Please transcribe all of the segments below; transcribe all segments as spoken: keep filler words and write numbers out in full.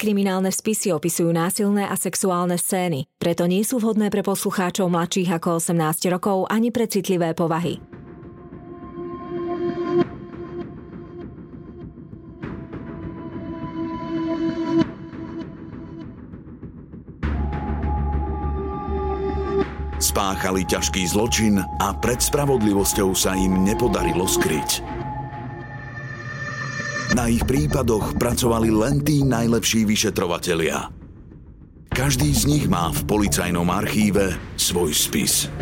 Kriminálne spisy opisujú násilné a sexuálne scény, preto nie sú vhodné pre poslucháčov mladších ako osemnásť rokov ani pre citlivé povahy. Spáchali ťažký zločin a pred spravodlivosťou sa im nepodarilo skryť. Na ich prípadoch pracovali len tí najlepší vyšetrovatelia. Každý z nich má v policajnom archíve svoj spis.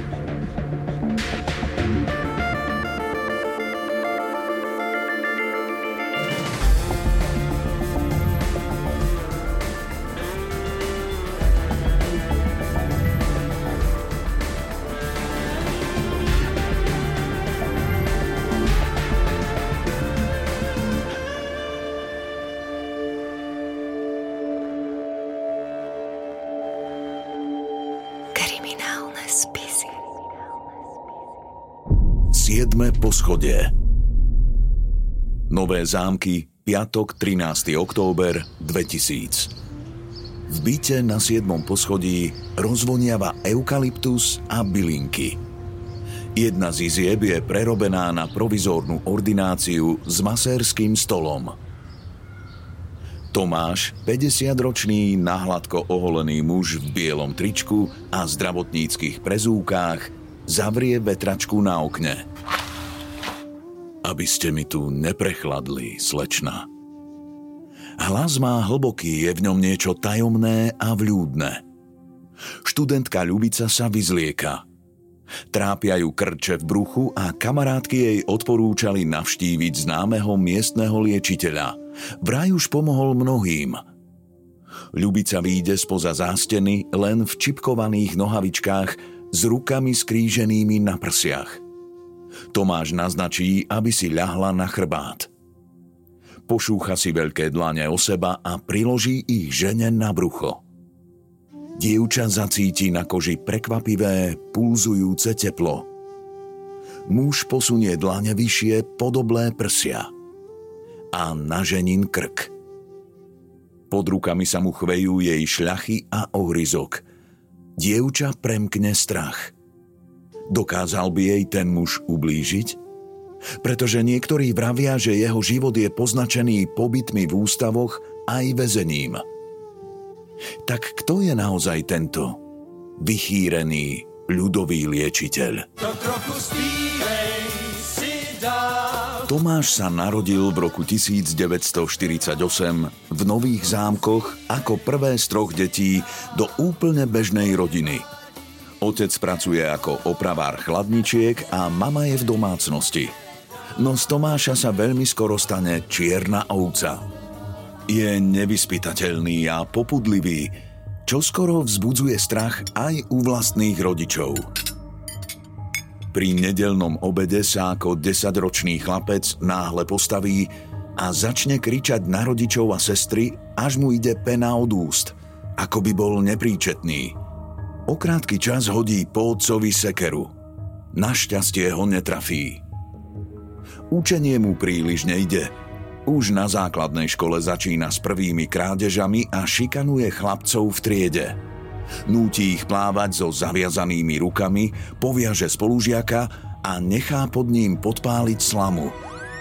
Siedme poschodie. Nové Zámky, piatok, trinásteho október dvetisíc. V byte na siedmom poschodí rozvoniava eukalyptus a bylinky. Jedna z izieb je prerobená na provizórnu ordináciu s masérským stolom. Tomáš, päťdesiatročný, nahladko oholený muž v bielom tričku a zdravotníckych prezúkách, zavrie vetračku na okne. Aby ste mi tu neprechladli, slečna. Hlas má hlboký, je v ňom niečo tajomné a vľúdne. Študentka Ľubica sa vyzlieka. Trápia ju krče v bruchu a kamarátky jej odporúčali navštíviť známeho miestneho liečiteľa. Vraj už pomohol mnohým. Ľubica vyjde spoza zásteny len v čipkovaných nohavičkách s rukami skríženými na prsiach. Tomáš naznačí, aby si ľahla na chrbát. Pošúcha si veľké dlane o seba a priloží ich žene na brucho. Dievča zacíti na koži prekvapivé, pulzujúce teplo. Muž posunie dlane vyššie pod oblé prsia a na ženin krk. Pod rukami sa mu chvejú jej šľachy a ohryzok. Dievča premkne strach. Dokázal by jej ten muž ublížiť? Pretože niektorí vravia, že jeho život je poznačený pobytmi v ústavoch aj väzením. Tak kto je naozaj tento vychýrený ľudový liečiteľ? Tomáš sa narodil v roku tisícdeväťstoštyridsaťosem v Nových Zámkoch ako prvé z troch detí do úplne bežnej rodiny. Otec pracuje ako opravár chladničiek a mama je v domácnosti. No z Tomáša sa veľmi skoro stane čierna ovca. Je nevyspytateľný a popudlivý, čo skoro vzbudzuje strach aj u vlastných rodičov. Pri nedeľnom obede sa ako desaťročný chlapec náhle postaví a začne kričať na rodičov a sestry, až mu ide pena od úst, ako by bol nepríčetný. O krátky čas hodí po otcovi sekeru. Našťastie ho netrafí. Učenie mu príliš nejde. Už na základnej škole začína s prvými krádežami a šikanuje chlapcov v triede. Núti ich plávať so zaviazanými rukami, poviaže spolužiaka a nechá pod ním podpáliť slamu.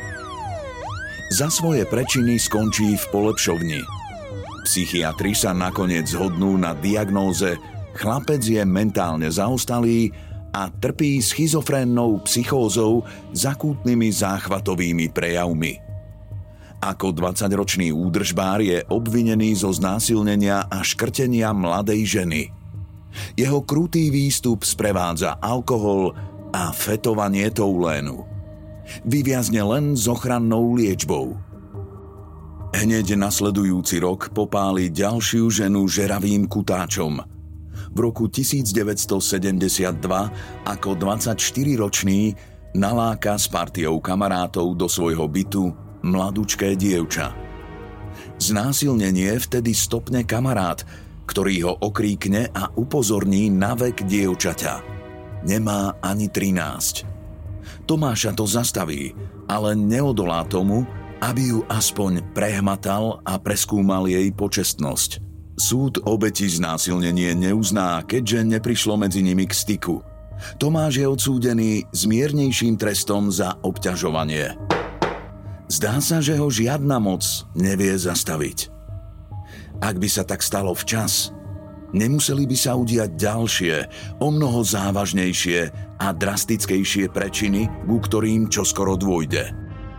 Za svoje prečiny skončí v polepšovni. Psychiatri sa nakoniec zhodnú na diagnóze: chlapec je mentálne zaostalý a trpí schizofrénnou psychózou s akútnymi záchvatovými prejavmi. Ako dvadsaťročný údržbár je obvinený zo znásilnenia a škrtenia mladej ženy. Jeho krutý výstup sprevádza alkohol a fetovanie toulénu. Vyviazne len s ochrannou liečbou. Hneď nasledujúci rok popáli ďalšiu ženu žeravým kutáčom. V roku tisícdeväťstosedemdesiatdva ako dvadsaťštyriročný naláka s partiou kamarátov do svojho bytu mladučké dievča. Znásilnenie vtedy stopne kamarát, ktorý ho okríkne a upozorní na vek dievčaťa. Nemá ani trinásť. Tomáša to zastaví, ale neodolá tomu aby ju aspoň prehmatal a preskúmal jej počestnosť. Súd obeti znásilnenie neuzná, keďže neprišlo medzi nimi k styku. Tomáš je odsúdený s miernejším trestom za obťažovanie. Zdá sa, že ho žiadna moc nevie zastaviť. Ak by sa tak stalo včas, nemuseli by sa udiať ďalšie, omnoho závažnejšie a drastickejšie prečiny, ku ktorým čoskoro dôjde.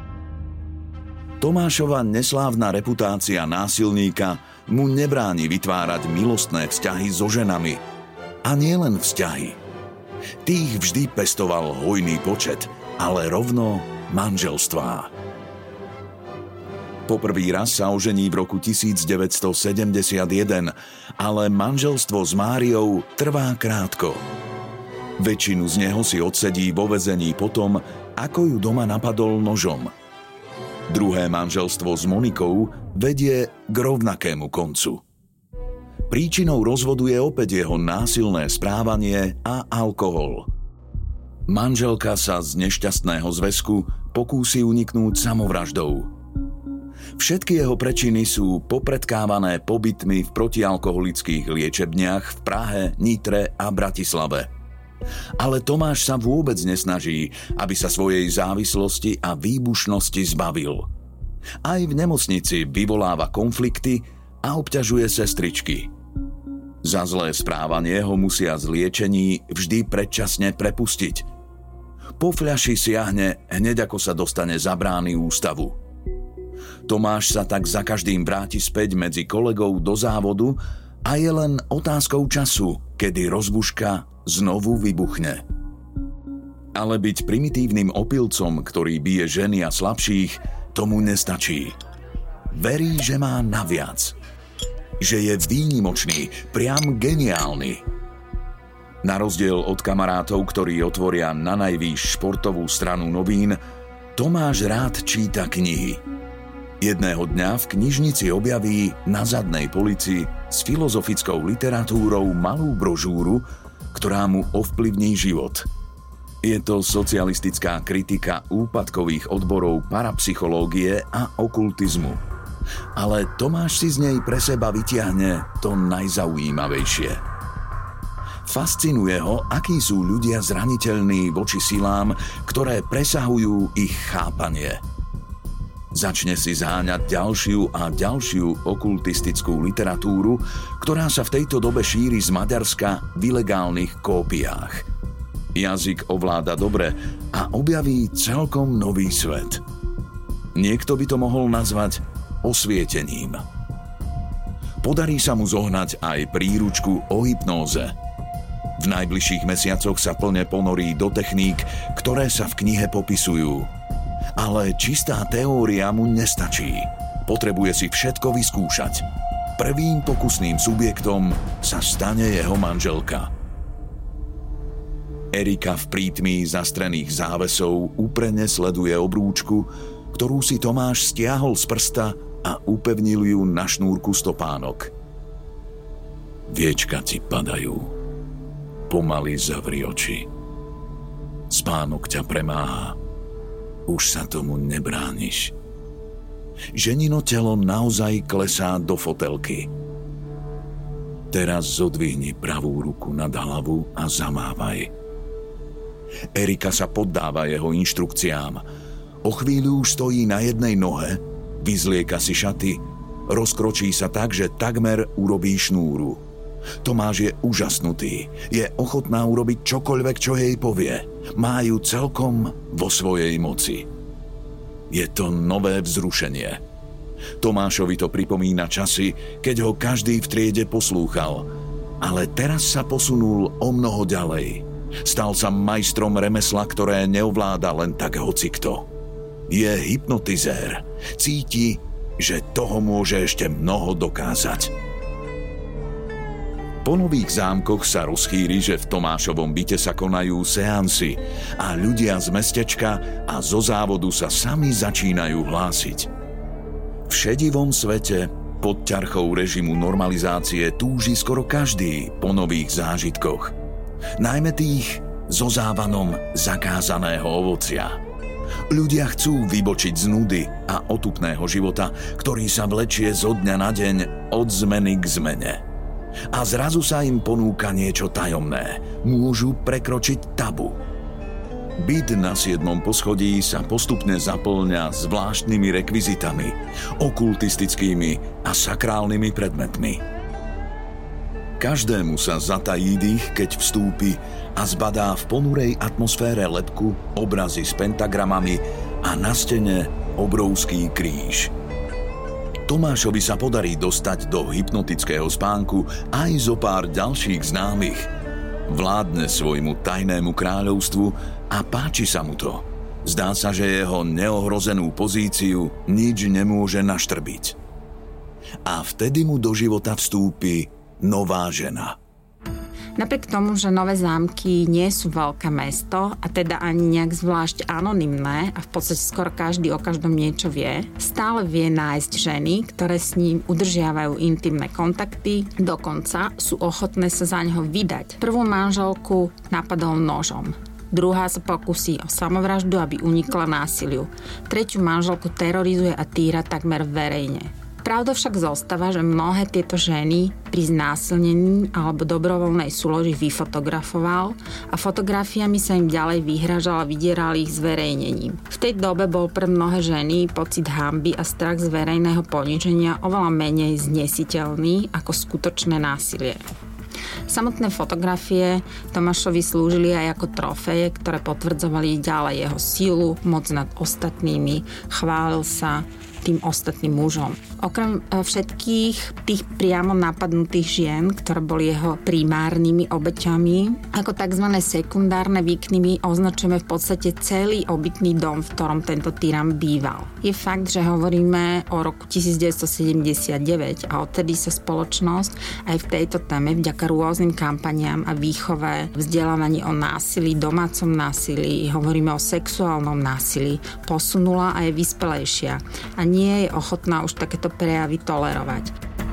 Tomášova neslávna reputácia násilníka mu nebráni vytvárať milostné vzťahy so ženami. A nielen vzťahy. Tých vždy pestoval hojný počet, ale rovno manželstvá. Poprvý raz sa ožení v roku devätnásťsedemdesiatjeden, ale manželstvo s Máriou trvá krátko. Väčšinu z neho si odsedí vo väzení potom, ako ju doma napadol nožom. Druhé manželstvo s Monikou vedie k rovnakému koncu. Príčinou rozvodu je opäť jeho násilné správanie a alkohol. Manželka sa z nešťastného zväzku pokúsi uniknúť samovraždou. Všetky jeho prečiny sú popredkávané pobytmi v protialkoholických liečebniach v Prahe, Nitre a Bratislave. Ale Tomáš sa vôbec nesnaží, aby sa svojej závislosti a výbušnosti zbavil. Aj v nemocnici vyvoláva konflikty a obťažuje sestričky. Za zlé správanie ho musia z liečení vždy predčasne prepustiť. Po fľaši siahne hneď ako sa dostane za brány ústavu. Tomáš sa tak za každým vráti späť medzi kolegov do závodu a je len otázkou času, kedy rozbuška znovu vybuchne. Ale byť primitívnym opilcom, ktorý bije ženy a slabších, tomu nestačí. Verí, že má naviac. Že je výnimočný, priam geniálny. Na rozdiel od kamarátov, ktorí otvoria na najvýš športovú stranu novín, Tomáš rád číta knihy. Jedného dňa v knižnici objaví na zadnej polici s filozofickou literatúrou malú brožúru, ktorá mu ovplyvní život. Je to socialistická kritika úpadkových odborov parapsychológie a okultizmu. Ale Tomáš si z nej pre seba vytiahne to najzaujímavejšie. Fascinuje ho, akí sú ľudia zraniteľní voči silám, ktoré presahujú ich chápanie. Začne si zháňať ďalšiu a ďalšiu okultistickú literatúru, ktorá sa v tejto dobe šíri z Maďarska v ilegálnych kópiách. Jazyk ovláda dobre a objaví celkom nový svet. Niekto by to mohol nazvať osvietením. Podarí sa mu zohnať aj príručku o hypnóze. V najbližších mesiacoch sa plne ponorí do techník, ktoré sa v knihe popisujú. Ale čistá teória mu nestačí. Potrebuje si všetko vyskúšať. Prvým pokusným subjektom sa stane jeho manželka. Erika v prítmí zastrených závesov úprene sleduje obrúčku, ktorú si Tomáš stiahol z prsta a upevnil ju na šnúrku stopánok. Viečka ti padajú. Pomaly zavri oči. Spánok ťa premáha. Už sa tomu nebrániš. Ženino telo naozaj klesá do fotelky. Teraz zodvihni pravú ruku nad hlavu a zamávaj. Erika sa poddáva jeho inštrukciám. O chvíľu už stojí na jednej nohe, vyzlieka si šaty, rozkročí sa tak, že takmer urobí šnúru. Tomáš je úžasnutý, je ochotná urobiť čokoľvek, čo jej povie. Má ju celkom vo svojej moci. Je to nové vzrušenie. Tomášovi to pripomína časy, keď ho každý v triede poslúchal. Ale teraz sa posunul o mnoho ďalej. Stal sa majstrom remesla, ktoré neovláda len tak hocikto. Je hypnotizér. Cíti, že toho môže ešte mnoho dokázať. Po Nových Zámkoch sa rozchýri, že v Tomášovom byte sa konajú seansy a ľudia z mestečka a zo závodu sa sami začínajú hlásiť. V šedivom svete pod ťarchou režimu normalizácie túži skoro každý po nových zážitkoch. Najmä tých so závanom zakázaného ovocia. Ľudia chcú vybočiť z nudy a otupného života, ktorý sa vlečie zo dňa na deň od zmeny k zmene. A zrazu sa im ponúka niečo tajomné. Môžu prekročiť tabu. Byt na siedmom poschodí sa postupne zaplňa zvláštnymi rekvizitami, okultistickými a sakrálnymi predmetmi. Každému sa zatají dých, keď vstúpi a zbadá v ponurej atmosfére lebku, obrazy s pentagramami a na stene obrovský kríž. Tomášovi sa podarí dostať do hypnotického spánku aj zo pár ďalších známych. Vládne svojmu tajnému kráľovstvu a páči sa mu to. Zdá sa, že jeho neohrozenú pozíciu nič nemôže naštrbiť. A vtedy mu do života vstúpi nová žena. Napriek tomu, že Nové Zámky nie sú veľké mesto a teda ani nejak zvlášť anonymné a v podstate skoro každý o každom niečo vie, stále vie nájsť ženy, ktoré s ním udržiavajú intimné kontakty, dokonca sú ochotné sa za neho vydať. Prvú manželku napadol nožom. Druhá sa pokusí o samovraždu, aby unikla násiliu. Tretiu manželku terorizuje a týra takmer verejne. Pravda však zostáva, že mnohé tieto ženy pri znásilnení alebo dobrovoľnej súloži vyfotografoval a fotografiami sa im ďalej vyhražal a vydieral ich zverejnením. V tej dobe bol pre mnohé ženy pocit hanby a strach z verejného poniženia oveľa menej znesiteľný ako skutočné násilie. Samotné fotografie Tomášovi slúžili aj ako trofeje, ktoré potvrdzovali ďalej jeho sílu, moc nad ostatnými, chválil sa tým ostatným mužom. Okrem všetkých tých priamo napadnutých žien, ktoré boli jeho primárnymi obeťami, ako tzv. Sekundárne výkny označujeme v podstate celý obytný dom, v ktorom tento tyran býval. Je fakt, že hovoríme o roku devätnásťsedemdesiatdeväť a odtedy sa spoločnosť aj v tejto téme vďaka rôznym kampaniám a výchove, vzdelávaní o násilí, domácom násilí, hovoríme o sexuálnom násilí, posunula a je vyspelejšia a nie je ochotná už takéto prejavy tolerovať.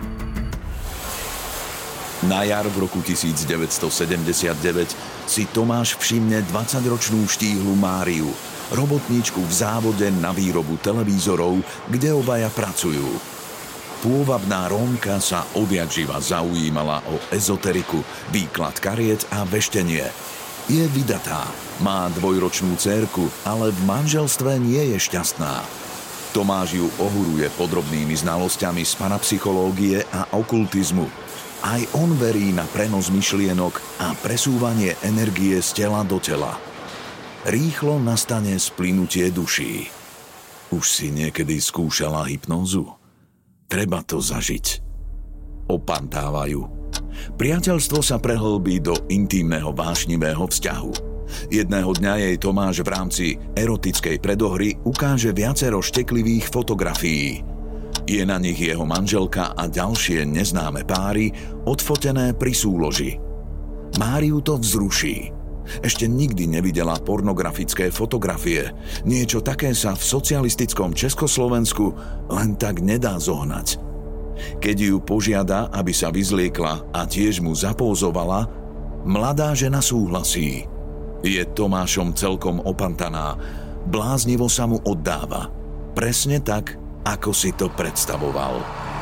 Na jar v roku devätnásťsedemdesiatdeväť si Tomáš všimne dvadsaťročnú štíhlu Máriu, robotníčku v závode na výrobu televízorov, kde obaja pracujú. Pôvabná Rómka sa odjakživa zaujímala o ezoteriku, výklad kariet a veštenie. Je vydatá, má dvojročnú dcérku, ale v manželstve nie je šťastná. Tomáš ju ohuruje podrobnými znalosťami z parapsychológie a okultizmu. Aj on verí na prenos myšlienok a presúvanie energie z tela do tela. Rýchlo nastane splynutie duší. Už si niekedy skúšala hypnózu? Treba to zažiť. Opantávajú. Priateľstvo sa prehlbí do intímneho vášnivého vzťahu. Jedného dňa jej Tomáš v rámci erotickej predohry ukáže viacero šteklivých fotografií. Je na nich jeho manželka a ďalšie neznáme páry odfotené pri súloži. Máriu to vzruší. Ešte nikdy nevidela pornografické fotografie. Niečo také sa v socialistickom Československu len tak nedá zohnať. Keď ju požiada, aby sa vyzliekla a tiež mu zapózovala, mladá žena súhlasí. Je Tomášom celkom opantaná, bláznivo sa mu oddáva. Presne tak, ako si to predstavoval.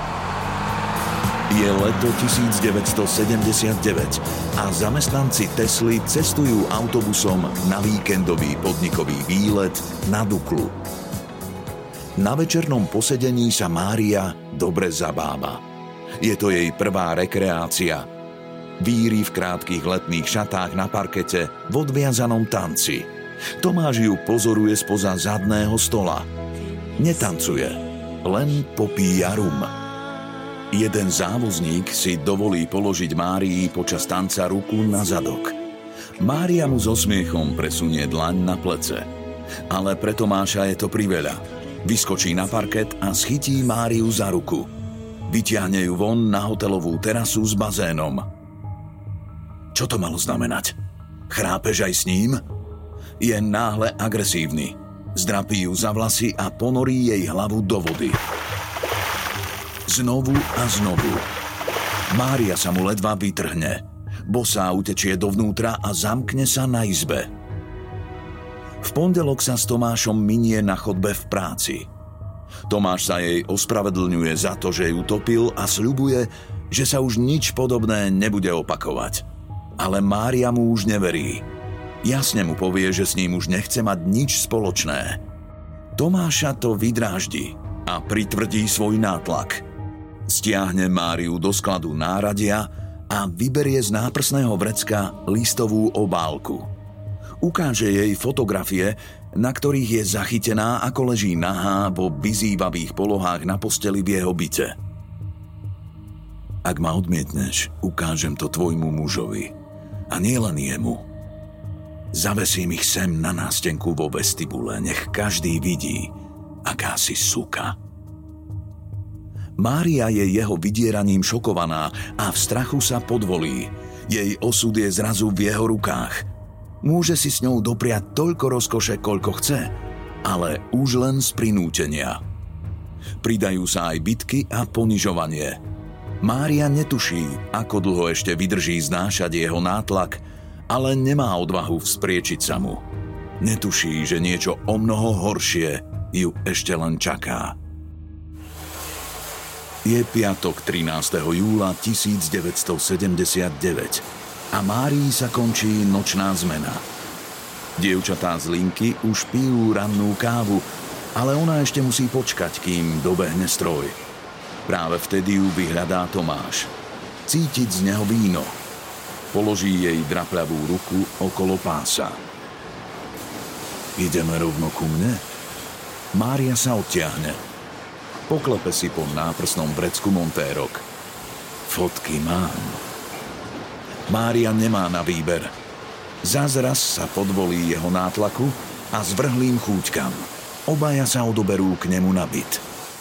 Je leto devätnásťsedemdesiatdeväť a zamestnanci Tesly cestujú autobusom na víkendový podnikový výlet na Duklu. Na večernom posedení sa Mária dobre zabáva. Je to jej prvá rekreácia. Víri v krátkych letných šatách na parkete v odviazanom tanci. Tomáš ju pozoruje spoza zadného stola. Netancuje, len popíja rum. Jeden závozník si dovolí položiť Márii počas tanca ruku na zadok. Mária mu so smiechom presunie dlaň na plece. Ale pre Tomáša je to priveľa. Vyskočí na parket a schytí Máriu za ruku. Vyťahne ju von na hotelovú terasu s bazénom. Čo to malo znamenať? Chrápeš aj s ním? Je náhle agresívny. Zdrapí ju za vlasy a ponorí jej hlavu do vody. Znovu a znovu. Mária sa mu ledva vytrhne. Bosá utečie dovnútra a zamkne sa na izbe. V pondelok sa s Tomášom minie na chodbe v práci. Tomáš sa jej ospravedlňuje za to, že ju topil a sľubuje, že sa už nič podobné nebude opakovať. Ale Mária mu už neverí. Jasne mu povie, že s ním už nechce mať nič spoločné. Tomáša to vydráždi a pritvrdí svoj nátlak. Stiahne Máriu do skladu náradia a vyberie z náprsného vrecka listovú obálku. Ukáže jej fotografie, na ktorých je zachytená, ako leží nahá vo vyzývavých polohách na posteli v jeho byte. Ak ma odmietneš, ukážem to tvojmu mužovi. A nie len jemu. Zavesím ich sem na nástenku vo vestibule, nech každý vidí, aká si suka. Mária je jeho vydieraním šokovaná a v strachu sa podvolí. Jej osud je zrazu v jeho rukách. Môže si s ňou dopriať toľko rozkoše, koľko chce, ale už len z prinútenia. Pridajú sa aj bitky a ponižovanie. Mária netuší, ako dlho ešte vydrží znášať jeho nátlak, ale nemá odvahu vzpriečiť sa mu. Netuší, že niečo omnoho horšie ju ešte len čaká. Je piatok trinásteho júla tisícdeväťstosedemdesiatdeväť a Márii sa končí nočná zmena. Dievčatá z linky už pijú rannú kávu, ale ona ešte musí počkať, kým dobehne stroj. Práve vtedy ju vyhľadá Tomáš. Cítiť z neho víno. Položí jej drapľavú ruku okolo pása. Ideme rovno ku mne? Mária sa odtiahne. Poklepe si po náprsnom vrecku montérok. Fotky mám. Mária nemá na výber. Zázraz sa podvolí jeho nátlaku a zvrhlým chúťkam. Obaja sa odoberú k nemu na byt.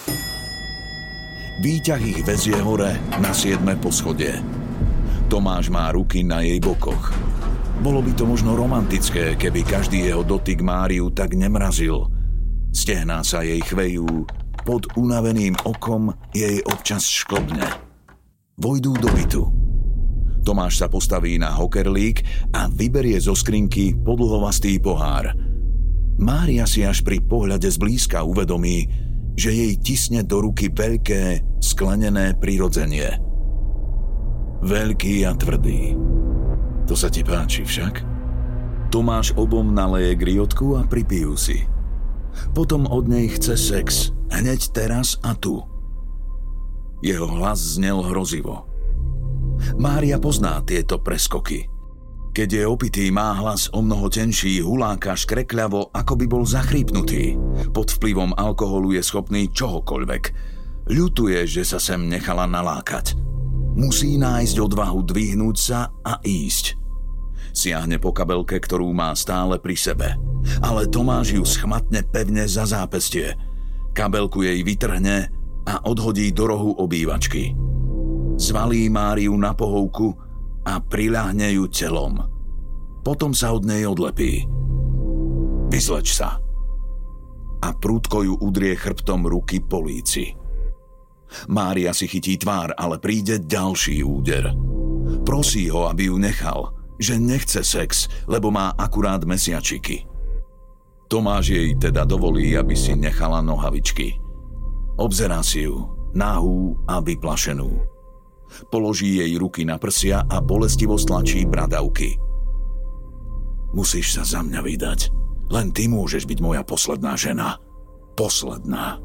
Výťah ich vezie hore na siedme poschodie. Tomáš má ruky na jej bokoch. Bolo by to možno romantické, keby každý jeho dotyk Máriu tak nemrazil. Stehná sa jej chvejú, pod unaveným okom jej občas šklbne. Vojdú do bytu. Tomáš sa postaví na hokerlík a vyberie zo skrinky podlhovastý pohár. Mária si až pri pohľade zblízka uvedomí, že jej tisne do ruky veľké, sklenené prirodzenie. Veľký a tvrdý. To sa ti páči však? Tomáš obom naleje griotku a pripijú si. Potom od nej chce sex, hneď teraz a tu. Jeho hlas znel hrozivo. Mária pozná tieto preskoky. Keď je opitý, má hlas o mnoho tenší, huláka škrekľavo, ako by bol zachrípnutý. Pod vplyvom alkoholu je schopný čohokoľvek. Ľutuje, že sa sem nechala nalákať. Musí nájsť odvahu dvihnúť sa a ísť. Siahne po kabelke, ktorú má stále pri sebe. Ale Tomáš ju schmatne pevne za zápestie. Kabelku jej vytrhne a odhodí do rohu obývačky. Zvalí Máriu na pohovku a priľahne ju telom. Potom sa od nej odlepí. Vyzleč sa. A prudko ju udrie chrbtom ruky po líci. Mária si chytí tvár, ale príde ďalší úder. Prosí ho, aby ju nechal, že nechce sex, lebo má akurát mesiačiky. Tomáš jej teda dovolí, aby si nechala nohavičky. Obzerá si ju, nahú a vyplašenú. Položí jej ruky na prsia a bolestivo stlačí bradavky. Musíš sa za mňa vydať. Len ty môžeš byť moja posledná žena. Posledná.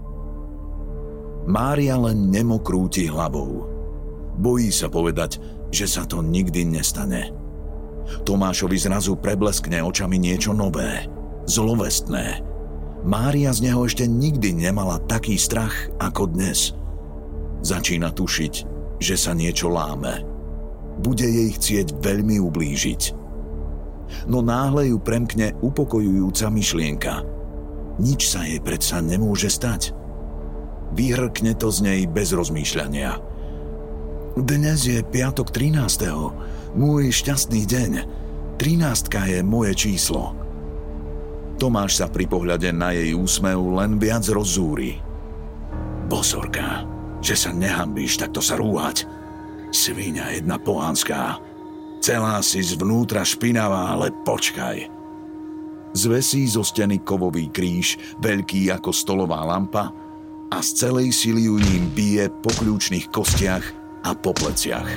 Mária len nemo krúti hlavou. Bojí sa povedať, že sa to nikdy nestane. Tomášovi zrazu prebleskne očami niečo nové, zlovestné. Mária z neho ešte nikdy nemala taký strach ako dnes. Začína tušiť, že sa niečo láme. Bude jej chcieť veľmi ublížiť. No náhle ju premkne upokojujúca myšlienka. Nič sa jej predsa nemôže stať. Vyhrkne to z nej bez rozmýšľania. Dnes je piatok trinásteho Môj šťastný deň. Trináctka je moje číslo. Tomáš sa pri pohľade na jej úsmev len viac rozzúri. Bosorka, že sa nehambíš takto sa rúhať. Svíňa jedna pohanská. Celá si zvnútra špinavá, ale počkaj. Zvesí zo steny kovový kríž, veľký ako stolová lampa, a z celej sily ju ním bije po kľúčnych kostiach a po pleciach.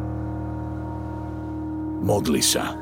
Modli sa.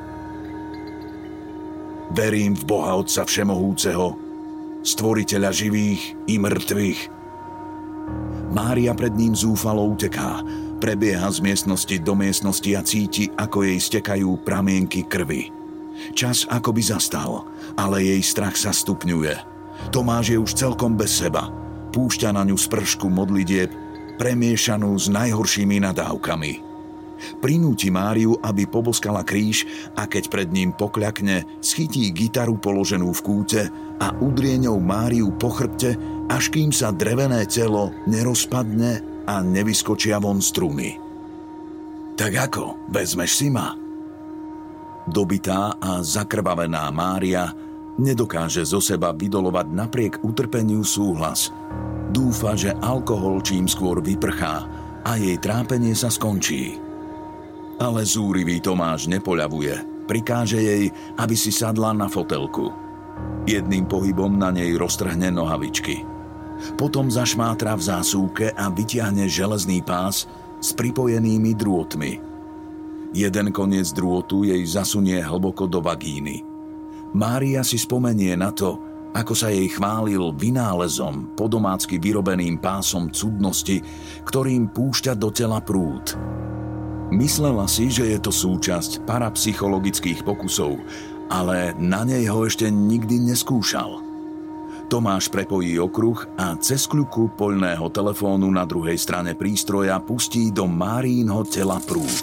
Verím v Boha Otca Všemohúceho, stvoriteľa živých i mŕtvych. Mária pred ním zúfalo uteká, prebieha z miestnosti do miestnosti a cíti, ako jej stekajú pramienky krvi. Čas akoby zastal, ale jej strach sa stupňuje. Tomáš je už celkom bez seba. Púšťa na ňu spršku modlitieb, premiešanú s najhoršími nadávkami. Prinúti Máriu, aby poboskala kríž a keď pred ním pokľakne, schytí gitaru položenú v kúte a udrie ňou Máriu po chrbte, až kým sa drevené telo nerozpadne a nevyskočia von struny. Tak ako, vezmeš si ma? Dobitá a zakrvavená Mária nedokáže zo seba vydolovať napriek utrpeniu súhlas. Dúfa, že alkohol čím skôr vyprchá a jej trápenie sa skončí. Ale zúrivý Tomáš nepoľavuje. Prikáže jej, aby si sadla na fotelku. Jedným pohybom na nej roztrhne nohavičky. Potom zašmátra v zásuvke a vytiahne železný pás s pripojenými drôtmi. Jeden koniec drôtu jej zasunie hlboko do vagíny. Mária si spomenie na to, ako sa jej chválil vynálezom, podomácky vyrobeným pásom cudnosti, ktorým púšťa do tela prúd. Myslela si, že je to súčasť parapsychologických pokusov, ale na nej ho ešte nikdy neskúšal. Tomáš prepojí okruh a cez kľuku poľného telefónu na druhej strane prístroja pustí do Márínho tela prúd.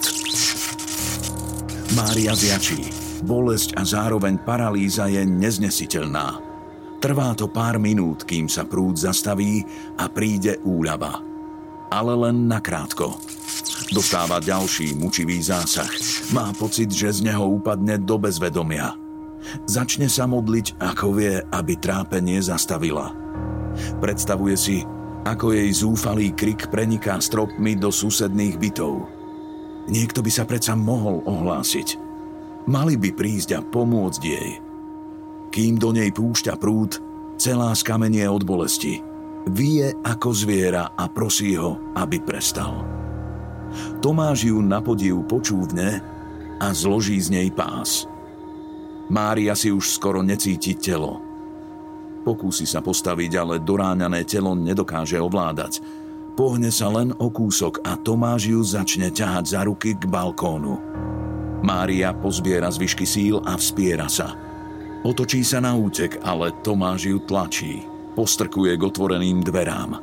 Mária zjačí. Bolesť a zároveň paralýza je neznesiteľná. Trvá to pár minút, kým sa prúd zastaví a príde úľava. Ale len nakrátko. Dostáva ďalší mučivý zásah. Má pocit, že z neho upadne do bezvedomia. Začne sa modliť, ako vie, aby trápenie zastavila. Predstavuje si, ako jej zúfalý krik preniká stropmi do susedných bytov. Niekto by sa predsa mohol ohlásiť. Mali by prísť a pomôcť jej. Kým do nej púšťa prúd, celá skamenie od bolesti. Vije ako zviera a prosí ho, aby prestal. Tomáš ju na podiv počúvne a zloží z nej pás. Mária si už skoro necíti telo. Pokúsi sa postaviť, ale doráňané telo nedokáže ovládať. Pohne sa len o kúsok a Tomáš ju začne ťahať za ruky k balkónu. Mária pozbiera zvyšky síl a vspiera sa. Otočí sa na útek, ale Tomáš ju tlačí. Postrkuje k otvoreným dverám.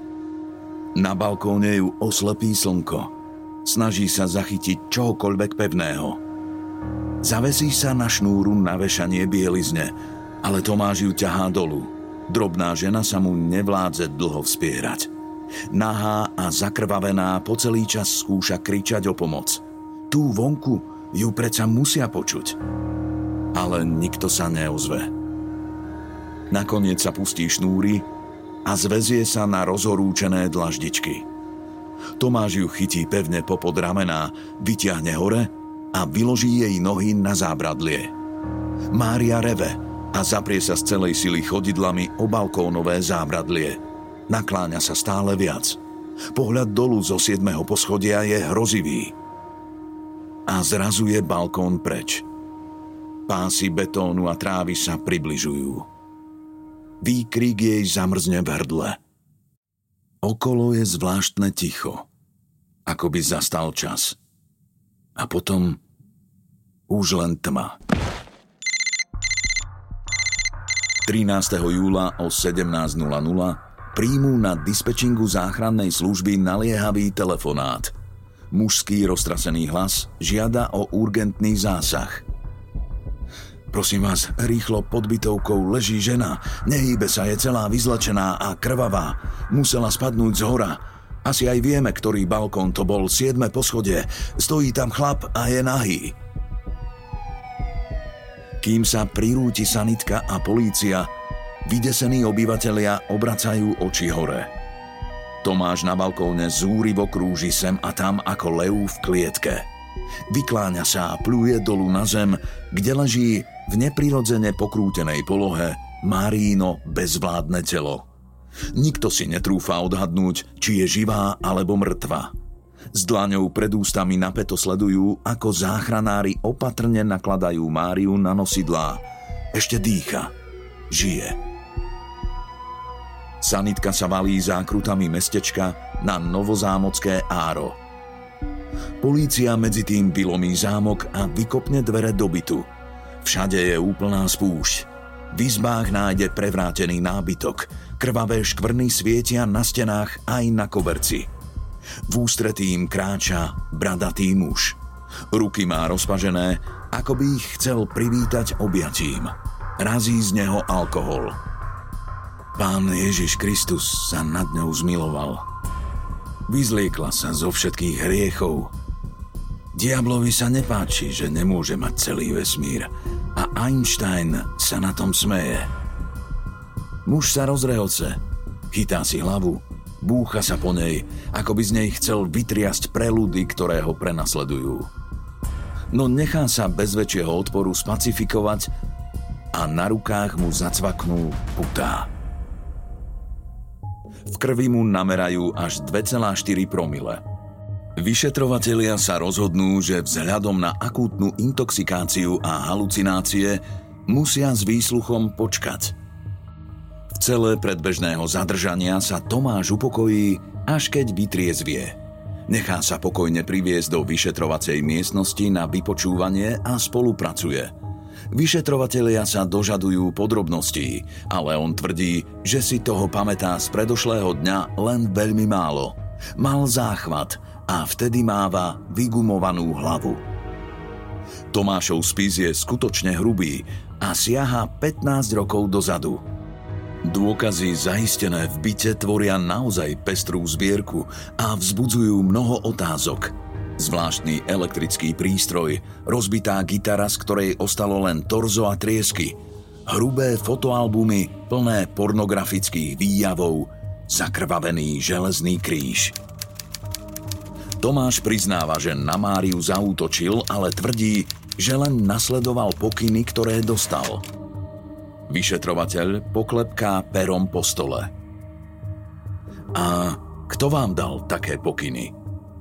Na balkóne ju oslepí slnko. Snaží sa zachytiť čohokoľvek pevného. Zavesí sa na šnúru na vešanie bielizne, ale Tomáš ju ťahá dolu. Drobná žena sa mu nevládze dlho vspierať. Nahá a zakrvavená po celý čas skúša kričať o pomoc. Tu vonku ju predsa musia počuť. Ale nikto sa neozve. Nakoniec sa pustí šnúry a zväzie sa na rozhorúčené dlaždičky. Tomáš ju chytí pevne popod ramená, vyťahne hore a vyloží jej nohy na zábradlie. Mária reve a zaprie sa z celej sily chodidlami o balkónové zábradlie. Nakláňa sa stále viac. Pohľad dolu zo siedmeho poschodia je hrozivý. A zrazu je balkón preč. Pásy betónu a trávy sa približujú. Výkrik jej zamrzne v hrdle. Okolo je zvláštne ticho, ako by zastal čas. A potom už len tma. trinásteho júla o sedemnásť nula nula príjmú na dispečingu záchrannej služby naliehavý telefonát. Mužský roztrasený hlas žiada o urgentný zásah. Prosím vás, rýchlo pod bytovkou leží žena. Nehýbe sa, je celá vyzlečená a krvavá. Musela spadnúť z hora. Asi aj vieme, ktorý balkón to bol, siedme poschodie. Stojí tam chlap a je nahý. Kým sa prirúti sanitka a polícia, vydesení obyvatelia obracajú oči hore. Tomáš na balkóne zúrivo krúži sem a tam ako lev v klietke. Vykláňa sa a pluje dolu na zem, kde leží v neprirodzene pokrútenej polohe Máriino bezvládne telo. Nikto si netrúfa odhadnúť, či je živá alebo mŕtva. S dlaňou pred ústami napäto sledujú, ako záchranári opatrne nakladajú Máriu na nosidlá. Ešte dýcha. Žije. Sanitka sa valí zákrutami mestečka na novozámocké Áro. Polícia medzi tým vylomí zámok a vykopne dvere do bytu. Všade je úplná spúšť. V izbách nájde prevrátený nábytok. Krvavé škvrny svietia na stenách aj na koberci. V ústretí im kráča bradatý muž. Ruky má rozpažené, ako by ich chcel privítať objatím. Razí z neho alkohol. Pán Ježiš Kristus sa nad ňou zmiloval. Vyzliekla sa zo všetkých hriechov. Diablovi sa nepáči, že nemôže mať celý vesmír a Einstein sa na tom smeje. Muž sa rozrehocé, chytá si hlavu, búcha sa po nej, ako by z nej chcel vytriasť preludy, ktoré ho prenasledujú. No nechá sa bez väčšieho odporu spacifikovať a na rukách mu zacvaknú putá. V krvi mu namerajú až dva celé štyri promile. Vyšetrovatelia sa rozhodnú, že vzhľadom na akútnu intoxikáciu a halucinácie musia s výsluchom počkať. V cele predbežného zadržania sa Tomáš upokojí, až keď vytriezvie. Nechá sa pokojne priviesť do vyšetrovacej miestnosti na vypočúvanie a spolupracuje. Vyšetrovatelia sa dožadujú podrobností, ale on tvrdí, že si toho pamätá z predošlého dňa len veľmi málo. Mal záchvat a vtedy máva vygumovanú hlavu. Tomášov spis je skutočne hrubý a siaha pätnásť rokov dozadu. Dôkazy zaistené v byte tvoria naozaj pestrú zbierku a vzbudzujú mnoho otázok. Zvláštny elektrický prístroj, rozbitá gitara, z ktorej ostalo len torzo a triesky, hrubé fotoalbumy plné pornografických výjavov, zakrvavený železný kríž. Tomáš priznáva, že na Máriu zaútočil, ale tvrdí, že len nasledoval pokyny, ktoré dostal. Vyšetrovateľ poklepká perom po stole. A kto vám dal také pokyny?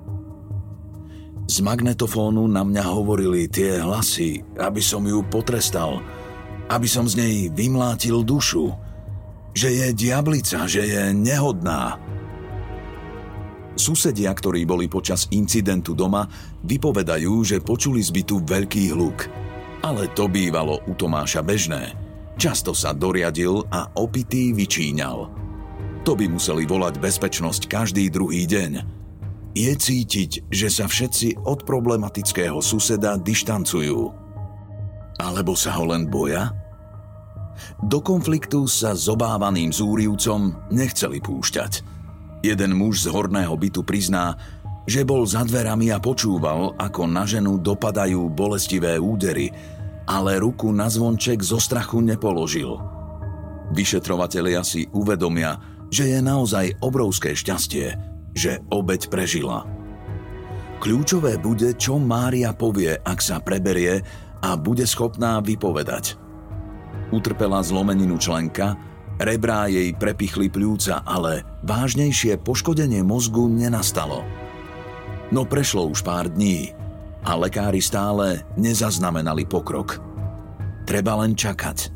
Z magnetofónu na mňa hovorili tie hlasy, aby som ju potrestal, aby som z nej vymlátil dušu, že je diablica, že je nehodná. Susedia, ktorí boli počas incidentu doma, vypovedajú, že počuli z bytu veľký hluk. Ale to bývalo u Tomáša bežné. Často sa doriadil a opitý vyčíňal. To by museli volať bezpečnosť každý druhý deň. Je cítiť, že sa všetci od problematického suseda dištancujú. Alebo sa ho len boja? Do konfliktu sa s obávaným zúrivcom nechceli púšťať. Jeden muž z horného bytu prizná, že bol za dverami a počúval, ako na ženu dopadajú bolestivé údery, ale ruku na zvonček zo strachu nepoložil. Vyšetrovatelia si uvedomia, že je naozaj obrovské šťastie, že obeť prežila. Kľúčové bude, čo Mária povie, ak sa preberie a bude schopná vypovedať. Utrpela zlomeninu členka, rebrá jej prepichli pľúca, ale vážnejšie poškodenie mozgu nenastalo. No prešlo už pár dní a lekári stále nezaznamenali pokrok. Treba len čakať.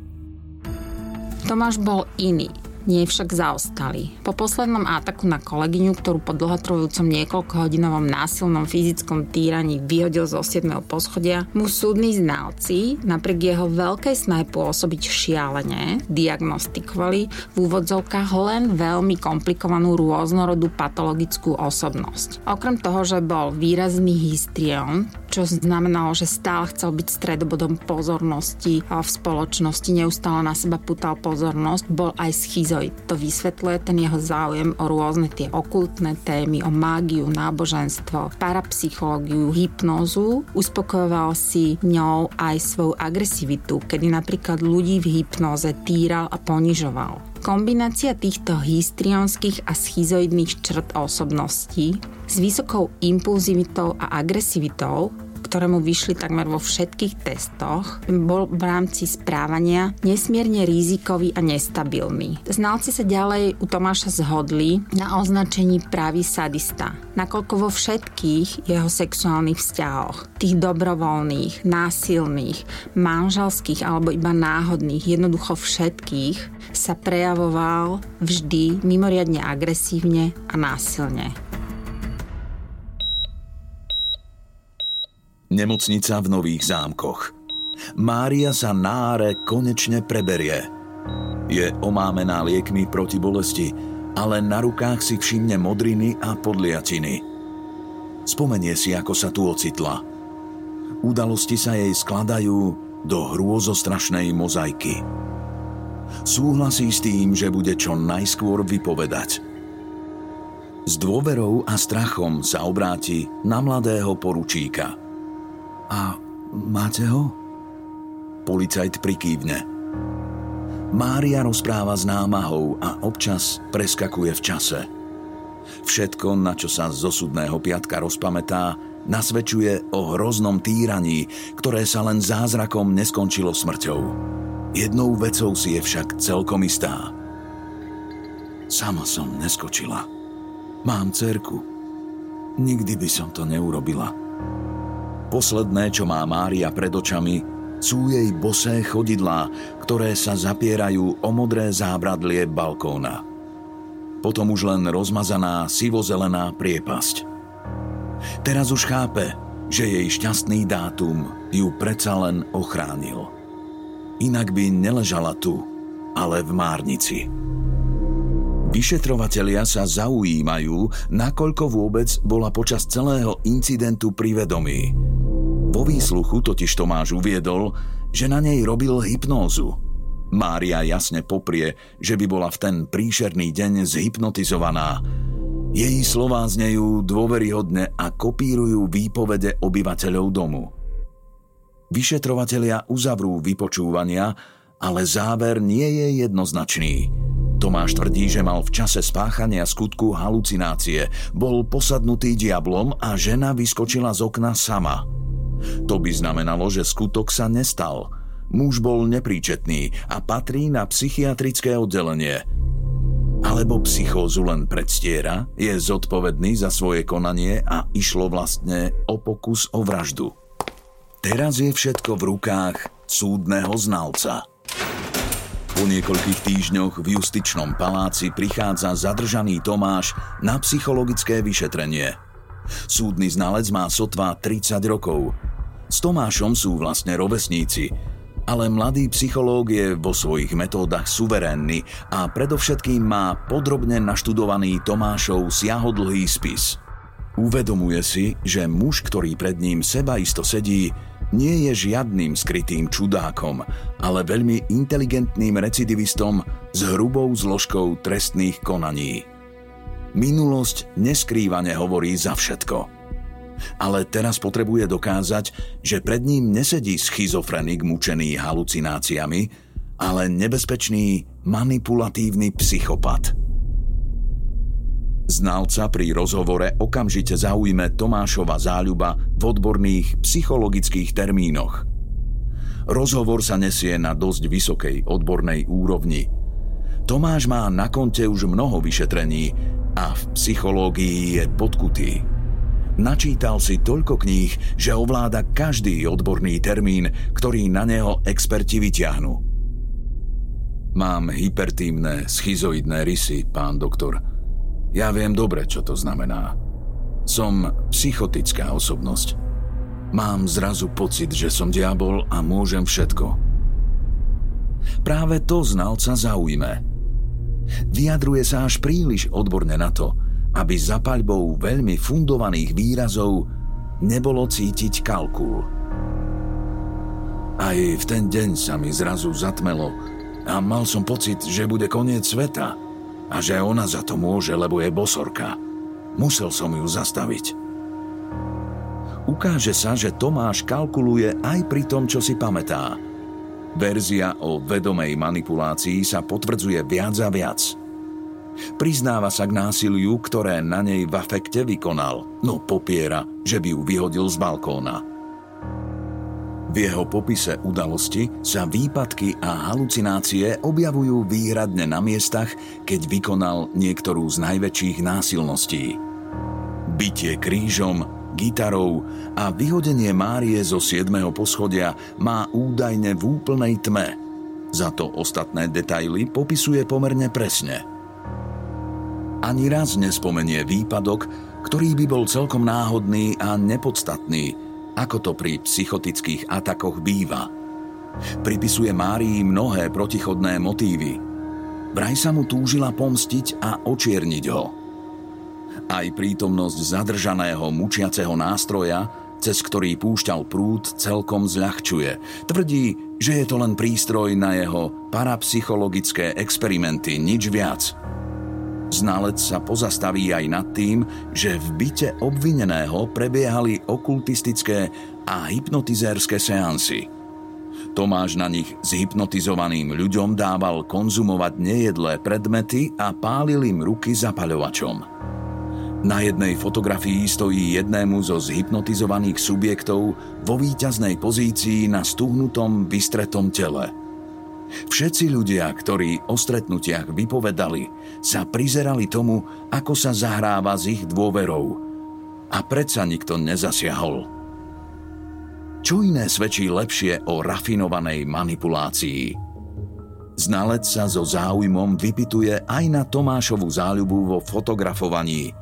Tomáš bol iný, nie však zaostalý. Po poslednom átaku na kolegyňu, ktorú po dlhotrvajúcom niekoľkohodinovom násilnom fyzickom týraní vyhodil zo siedmeho poschodia, mu súdni znalci napriek jeho veľkej snahe pôsobiť šialene diagnostikovali v úvodzovkách len veľmi komplikovanú rôznorodú patologickú osobnosť. Okrem toho, že bol výrazný histrión, čo znamenalo, že stále chcel byť stredobodom pozornosti a v spoločnosti neustále na seba putal pozornosť, bol aj schizofrénny. schizoid. To vysvetľuje ten jeho záujem o rôzne tie okultné témy, o mágiu, náboženstvo, parapsychológiu, hypnózu. Uspokojoval si ňou aj svoju agresivitu, kedy napríklad ľudí v hypnóze týral a ponižoval. Kombinácia týchto histrionských a schizoidných črt osobností s vysokou impulzivitou a agresivitou, ktorému vyšli takmer vo všetkých testoch, bol v rámci správania nesmierne rizikový a nestabilný. Znalci sa ďalej u Tomáša zhodli na označení pravý sadista, nakoľko vo všetkých jeho sexuálnych vzťahoch, tých dobrovoľných, násilných, manželských alebo iba náhodných, jednoducho všetkých, sa prejavoval vždy mimoriadne agresívne a násilne. Nemocnica v Nových Zámkoch. Mária sa na áre konečne preberie. Je omámená liekmi proti bolesti, ale na rukách si všimne modriny a podliatiny. Spomenie si, ako sa tu ocitla. Udalosti sa jej skladajú do hrôzostrašnej mozaiky. Súhlasí s tým, že bude čo najskôr vypovedať. S dôverou a strachom sa obráti na mladého poručíka. A máte ho? Policajt prikývne. Mária rozpráva s námahou a občas preskakuje v čase. Všetko, na čo sa z osudného piatka rozpamätá, nasvedčuje o hroznom týraní, ktoré sa len zázrakom neskončilo smrťou. Jednou vecou si je však celkom istá. Sama som neskočila. Mám dcérku. Nikdy by som to neurobila. Posledné, čo má Mária pred očami, sú jej bosé chodidlá, ktoré sa zapierajú o modré zábradlie balkóna. Potom už len rozmazaná sivozelená priepasť. Teraz už chápe, že jej šťastný dátum ju predsa len ochránil. Inak by neležala tu, ale v Márnici. Vyšetrovatelia sa zaujímajú, nakoľko vôbec bola počas celého incidentu pri vedomí. Po výsluchu totiž Tomáš uviedol, že na nej robil hypnózu. Mária jasne poprie, že by bola v ten príšerný deň zhypnotizovaná. Jej slová znejú dôveryhodne a kopírujú výpovede obyvateľov domu. Vyšetrovatelia uzavrú vypočúvania, ale záver nie je jednoznačný. Tomáš tvrdí, že mal v čase spáchania skutku halucinácie, bol posadnutý diablom a žena vyskočila z okna sama. To by znamenalo, že skutok sa nestal. Muž bol nepríčetný a patrí na psychiatrické oddelenie. Alebo psychózu len predstiera, je zodpovedný za svoje konanie a išlo vlastne o pokus o vraždu. Teraz je všetko v rukách súdneho znalca. Po niekoľkých týždňoch v justičnom paláci prichádza zadržaný Tomáš na psychologické vyšetrenie. Súdny znalec má sotva tridsať rokov. S Tomášom sú vlastne rovesníci, ale mladý psychológ je vo svojich metódach suverénny a predovšetkým má podrobne naštudovaný Tomášov siahodlhý spis. Uvedomuje si, že muž, ktorý pred ním sebaisto sedí, nie je žiadnym skrytým čudákom, ale veľmi inteligentným recidivistom s hrubou zložkou trestných konaní. Minulosť neskrývane hovorí za všetko. Ale teraz potrebuje dokázať, že pred ním nesedí schizofrenik mučený halucináciami, ale nebezpečný manipulatívny psychopat. Znalca pri rozhovore okamžite zaujme Tomášova záľuba v odborných psychologických termínoch. Rozhovor sa nesie na dosť vysokej odbornej úrovni. Tomáš má na konte už mnoho vyšetrení a v psychológii je podkutý. Načítal si toľko kníh, že ovláda každý odborný termín, ktorý na neho experti vyťahnú. Mám hypertímne schizoidné rysy, pán doktor. Ja viem dobre, čo to znamená. Som psychotická osobnosť. Mám zrazu pocit, že som diabol a môžem všetko. Práve to znalca zaujme. Vyjadruje sa až príliš odborne na to, aby za paľbou veľmi fundovaných výrazov nebolo cítiť kalkul. Aj v ten deň sa mi zrazu zatmelo a mal som pocit, že bude koniec sveta a že ona za to môže, lebo je bosorka. Musel som ju zastaviť. Ukáže sa, že Tomáš kalkuluje aj pri tom, čo si pamätá. Verzia o vedomej manipulácii sa potvrdzuje viac a viac. Priznáva sa k násiliu, ktoré na nej v afekte vykonal, no popiera, že by ju vyhodil z balkóna. V jeho popise udalosti sa výpadky a halucinácie objavujú výhradne na miestach, keď vykonal niektorú z najväčších násilností. Bitie krížom, gitarou a vyhodenie Márie zo siedmeho poschodia má údajne v úplnej tme. Za to ostatné detaily popisuje pomerne presne. Ani raz nespomenie výpadok, ktorý by bol celkom náhodný a nepodstatný, ako to pri psychotických atakoch býva. Pripisuje Márii mnohé protichodné motívy. Vraj sa mu túžila pomstiť a očierniť ho. Aj prítomnosť zadržaného mučiaceho nástroja, cez ktorý púšťal prúd, celkom zľahčuje. Tvrdí, že je to len prístroj na jeho parapsychologické experimenty, nič viac. Znalec sa pozastaví aj nad tým, že v byte obvineného prebiehali okultistické a hypnotizérske seansy. Tomáš na nich s hypnotizovaným ľuďom dával konzumovať nejedlé predmety a pálil im ruky zapaľovačom. Na jednej fotografii stojí jednému zo zhypnotizovaných subjektov vo víťaznej pozícii na stuhnutom, vystretom tele. Všetci ľudia, ktorí o stretnutiach vypovedali, sa prizerali tomu, ako sa zahráva s ich dôverou. A predsa nikto nezasiahol. Čo iné svedčí lepšie o rafinovanej manipulácii? Znalec sa so záujmom vypytuje aj na Tomášovu záľubu vo fotografovaní.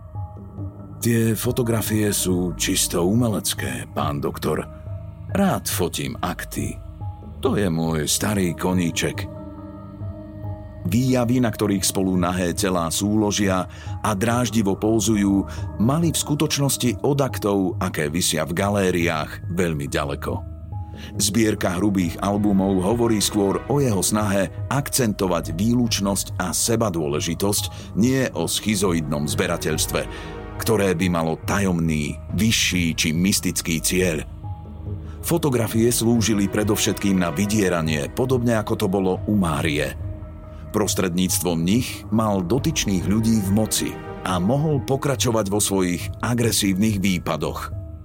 Tie fotografie sú čisto umelecké, pán doktor. Rád fotím akty. To je môj starý koníček. Výjavy, na ktorých spolu nahé telá súložia a dráždivo pouzujú, mali v skutočnosti od aktov, aké visia v galériách, veľmi ďaleko. Zbierka hrubých albumov hovorí skôr o jeho snahe akcentovať výlučnosť a sebadôležitosť, nie o schizoidnom zberateľstve, ktoré by malo tajomný, vyšší či mystický cieľ. Fotografie slúžili predovšetkým na vydieranie, podobne ako to bolo u Márie. Prostredníctvom nich mal dotyčných ľudí v moci a mohol pokračovať vo svojich agresívnych výpadoch.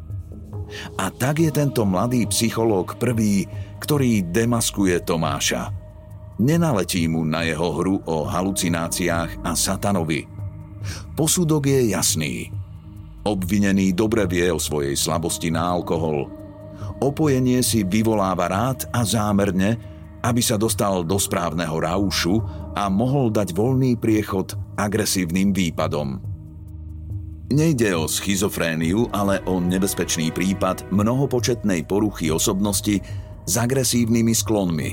A tak je tento mladý psychológ prvý, ktorý demaskuje Tomáša. Nenaletí mu na jeho hru o halucináciách a satanovi. Posudok je jasný. Obvinený dobre vie o svojej slabosti na alkohol. Opojenie si vyvoláva rád a zámerne, aby sa dostal do správneho raušu a mohol dať voľný priechod agresívnym výpadom. Nejde o schizofréniu, ale o nebezpečný prípad mnohopočetnej poruchy osobnosti s agresívnymi sklonmi.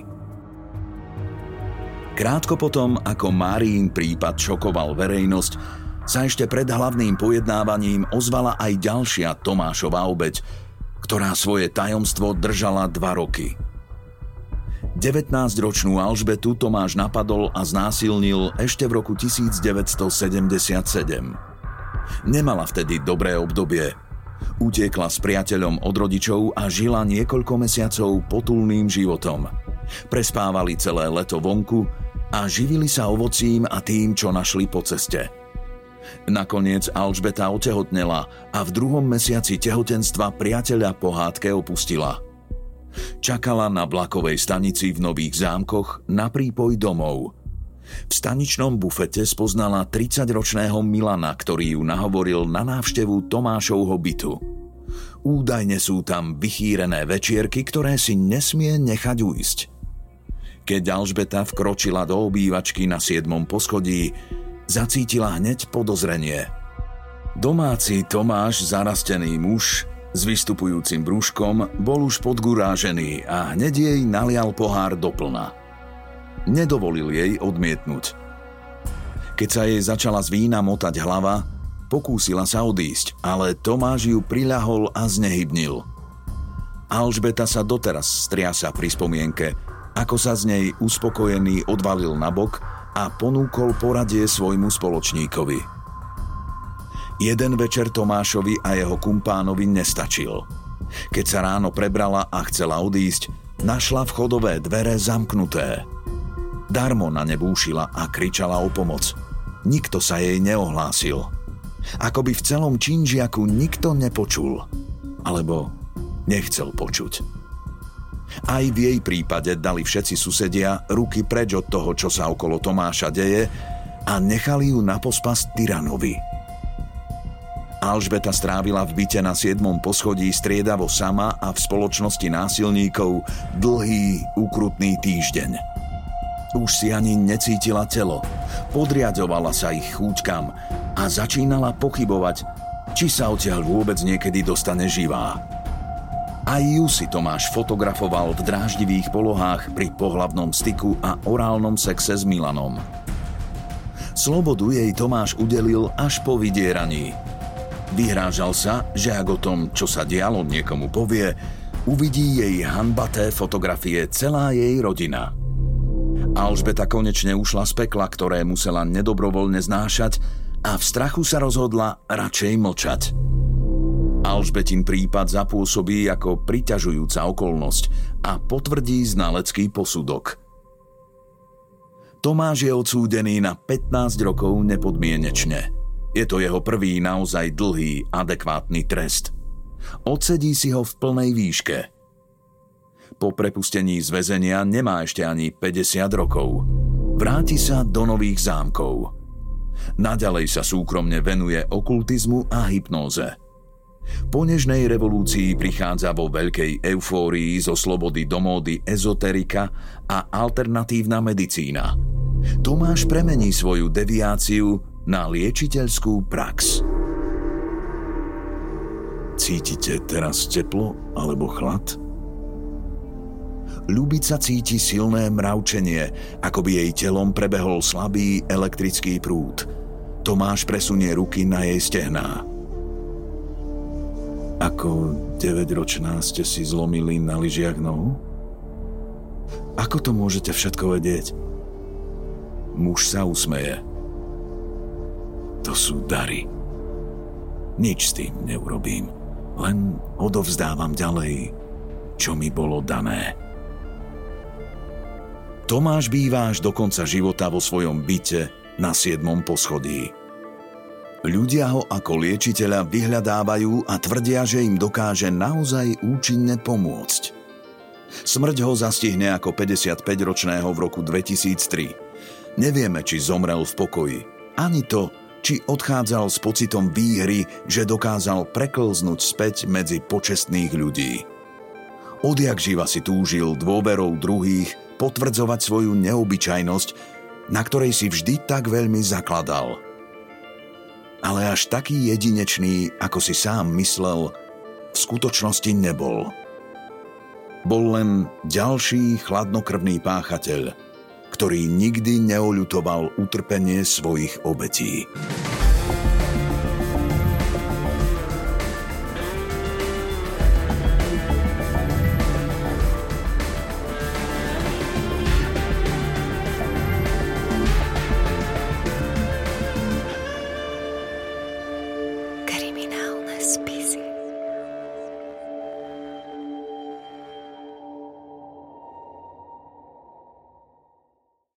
Krátko potom, ako Máriin prípad šokoval verejnosť, sa ešte pred hlavným pojednávaním ozvala aj ďalšia Tomášova obeť, ktorá svoje tajomstvo držala dva roky. devätnásťročnú Alžbetu Tomáš napadol a znásilnil ešte v roku devätnásťsedemdesiatsedem. Nemala vtedy dobré obdobie. Utiekla s priateľom od rodičov a žila niekoľko mesiacov potulným životom. Prespávali celé leto vonku a živili sa ovocím a tým, čo našli po ceste. Nakoniec Alžbeta otehotnela a v druhom mesiaci tehotenstva priateľa po hádke opustila. Čakala na vlakovej stanici v Nových Zámkoch na prípoj domov. V staničnom bufete spoznala tridsaťročného Milana, ktorý ju nahovoril na návštevu Tomášovho bytu. Údajne sú tam vychýrené večierky, ktoré si nesmie nechať ujsť. Keď Alžbeta vkročila do obývačky na siedmom poschodí, zacítila hneď podozrenie. Domáci Tomáš, zarastený muž s vystupujúcim brúškom, bol už podgurážený a hneď jej nalial pohár doplna. Nedovolil jej odmietnúť. Keď sa jej začala z vína motať hlava, pokúsila sa odísť, ale Tomáš ju priľahol a znehybnil. Alžbeta sa doteraz striasa pri spomienke, ako sa z nej uspokojený odvalil nabok a ponúkol poradie svojmu spoločníkovi. Jeden večer Tomášovi a jeho kumpánovi nestačil. Keď sa ráno prebrala a chcela odísť, našla vchodové dvere zamknuté. Darmo na ne búšila a kričala o pomoc. Nikto sa jej neohlásil. Ako by v celom Činžiaku nikto nepočul. Alebo nechcel počuť. Aj v jej prípade dali všetci susedia ruky preč od toho, čo sa okolo Tomáša deje, a nechali ju na pospas tyranovi. Alžbeta strávila v byte na siedmom poschodí striedavo sama a v spoločnosti násilníkov dlhý, ukrutný týždeň. Už si ani necítila telo, podriadovala sa ich chúťkam a začínala pochybovať, či sa odtiaľ vôbec niekedy dostane živá. Aj ju si Tomáš fotografoval v dráždivých polohách pri pohlavnom styku a orálnom sexe s Milanom. Slobodu jej Tomáš udelil až po vydieraní. Vyhrážal sa, že ak o tom, čo sa dialo, niekomu povie, uvidí jej hanbaté fotografie celá jej rodina. Alžbeta konečne ušla z pekla, ktoré musela nedobrovoľne znášať, a v strachu sa rozhodla radšej mlčať. Alžbetin prípad zapôsobí ako priťažujúca okolnosť a potvrdí znalecký posudok. Tomáš je odsúdený na pätnásť rokov nepodmienečne. Je to jeho prvý naozaj dlhý, adekvátny trest. Odsedí si ho v plnej výške. Po prepustení z väzenia nemá ešte ani päťdesiat rokov. Vráti sa do Nových Zámkov. Naďalej sa súkromne venuje okultizmu a hypnóze. Po nežnej revolúcii prichádza vo veľkej eufórii zo slobody do módy ezoterika a alternatívna medicína. Tomáš premení svoju deviáciu na liečiteľskú prax. Cítite teraz teplo alebo chlad? Ľubica cíti silné mravčenie, ako by jej telom prebehol slabý elektrický prúd. Tomáš presunie ruky na jej stehná. Ako deväťročná ste si zlomili na lyžiach nohu? Ako to môžete všetko vedieť? Muž sa usmeje. To sú dary. Nič s tým neurobím. Len odovzdávam ďalej, čo mi bolo dané. Tomáš býva až do konca života vo svojom byte na siedmom poschodí. Ľudia ho ako liečiteľa vyhľadávajú a tvrdia, že im dokáže naozaj účinne pomôcť. Smrť ho zastihne ako päťdesiatpäťročného v roku dvetisíctri. Nevieme, či zomrel v pokoji, ani to, či odchádzal s pocitom výhry, že dokázal preklznúť späť medzi počestných ľudí. Odjak živa si túžil dôverou druhých potvrdzovať svoju neobyčajnosť, na ktorej si vždy tak veľmi zakladal. Ale až taký jedinečný, ako si sám myslel, v skutočnosti nebol. Bol len ďalší chladnokrvný páchateľ, ktorý nikdy neoľutoval utrpenie svojich obetí.